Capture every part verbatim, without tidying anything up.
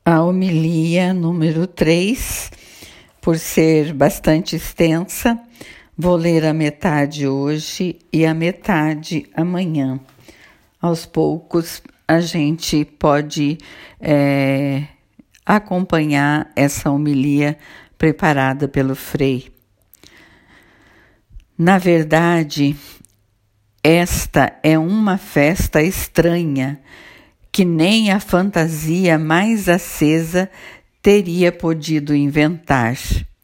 A homilia número três, por ser bastante extensa, vou ler a metade hoje e a metade amanhã. Aos poucos, a gente pode é, acompanhar essa homilia preparada pelo Frei. Na verdade, esta é uma festa estranha, que nem a fantasia mais acesa teria podido inventar.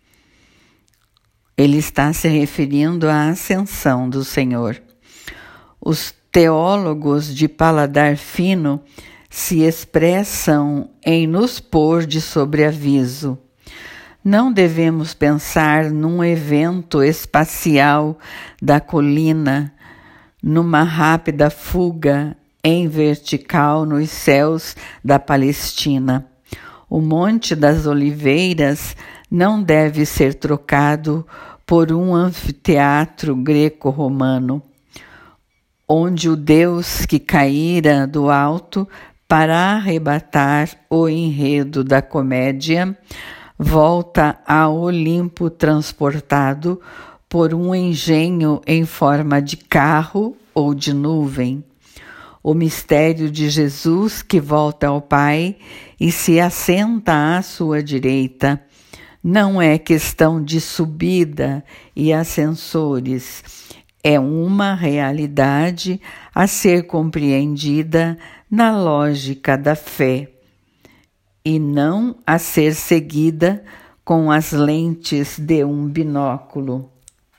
Ele está se referindo à ascensão do Senhor. Os teólogos de paladar fino se expressam em nos pôr de sobreaviso. Não devemos pensar num evento espacial da colina, numa rápida fuga em vertical nos céus da Palestina. O Monte das Oliveiras não deve ser trocado por um anfiteatro greco-romano, onde o Deus que caíra do alto para arrebatar o enredo da comédia volta ao Olimpo transportado por um engenho em forma de carro ou de nuvem. O mistério de Jesus que volta ao Pai e se assenta à sua direita não é questão de subida e ascensores, é uma realidade a ser compreendida na lógica da fé e não a ser seguida com as lentes de um binóculo.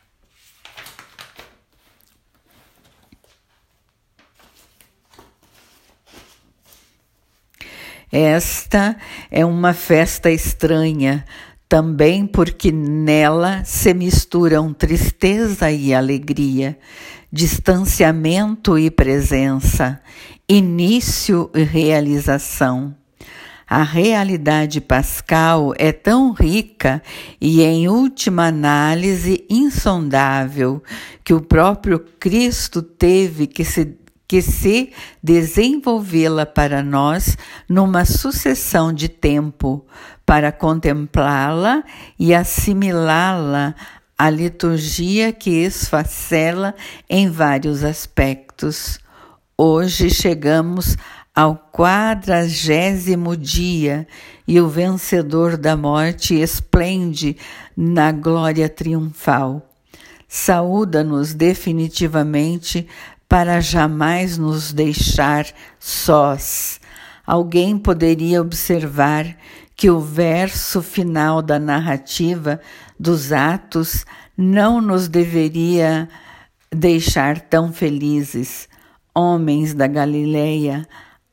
Esta é uma festa estranha, também porque nela se misturam tristeza e alegria, distanciamento e presença, início e realização. A realidade pascal é tão rica e, em última análise, insondável, que o próprio Cristo teve que se que se desenvolvê-la para nós numa sucessão de tempo, para contemplá-la e assimilá-la à liturgia que esfacela em vários aspectos. Hoje chegamos ao quadragésimo dia e o vencedor da morte esplende na glória triunfal. Saúda-nos definitivamente para jamais nos deixar sós. Alguém poderia observar que o verso final da narrativa dos Atos não nos deveria deixar tão felizes. Homens da Galileia,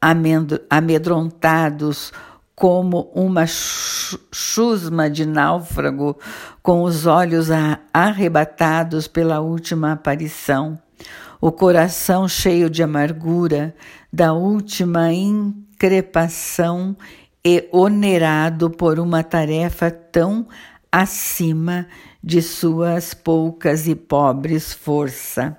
amedrontados como uma chusma de náufrago, com os olhos arrebatados pela última aparição, o coração cheio de amargura da última increpação e onerado por uma tarefa tão acima de suas poucas e pobres forças.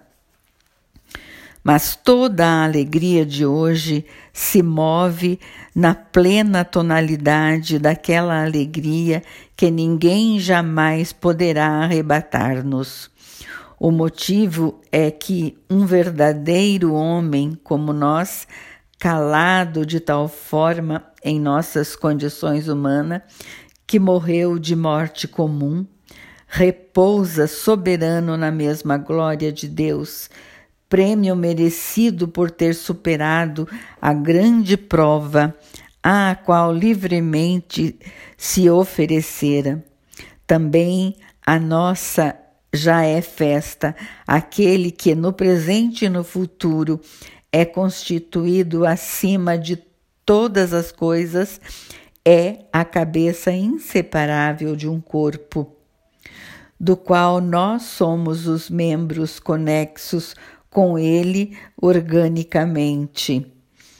Mas toda a alegria de hoje se move na plena tonalidade daquela alegria que ninguém jamais poderá arrebatar-nos. O motivo é que um verdadeiro homem como nós, calado de tal forma em nossas condições humanas, que morreu de morte comum, repousa soberano na mesma glória de Deus, prêmio merecido por ter superado a grande prova à qual livremente se oferecera. Também a nossa já é festa, aquele que no presente e no futuro é constituído acima de todas as coisas, é a cabeça inseparável de um corpo, do qual nós somos os membros conexos com ele organicamente.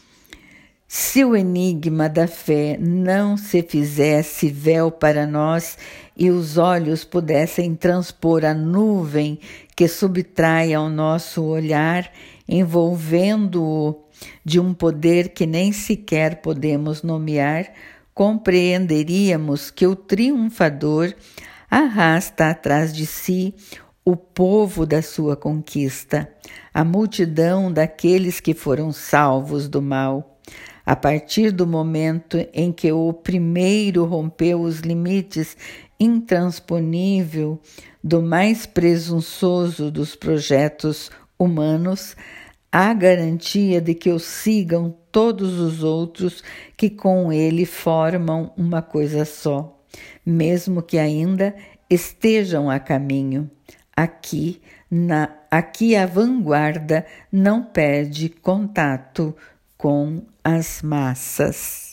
Se o enigma da fé não se fizesse véu para nós e os olhos pudessem transpor a nuvem que subtrai ao nosso olhar, envolvendo-o de um poder que nem sequer podemos nomear, compreenderíamos que o triunfador arrasta atrás de si o povo da sua conquista, a multidão daqueles que foram salvos do mal. A partir do momento em que o primeiro rompeu os limites intransponível do mais presunçoso dos projetos humanos, há garantia de que o sigam todos os outros que com ele formam uma coisa só, mesmo que ainda estejam a caminho. Aqui, na, aqui a vanguarda não perde contato com as massas.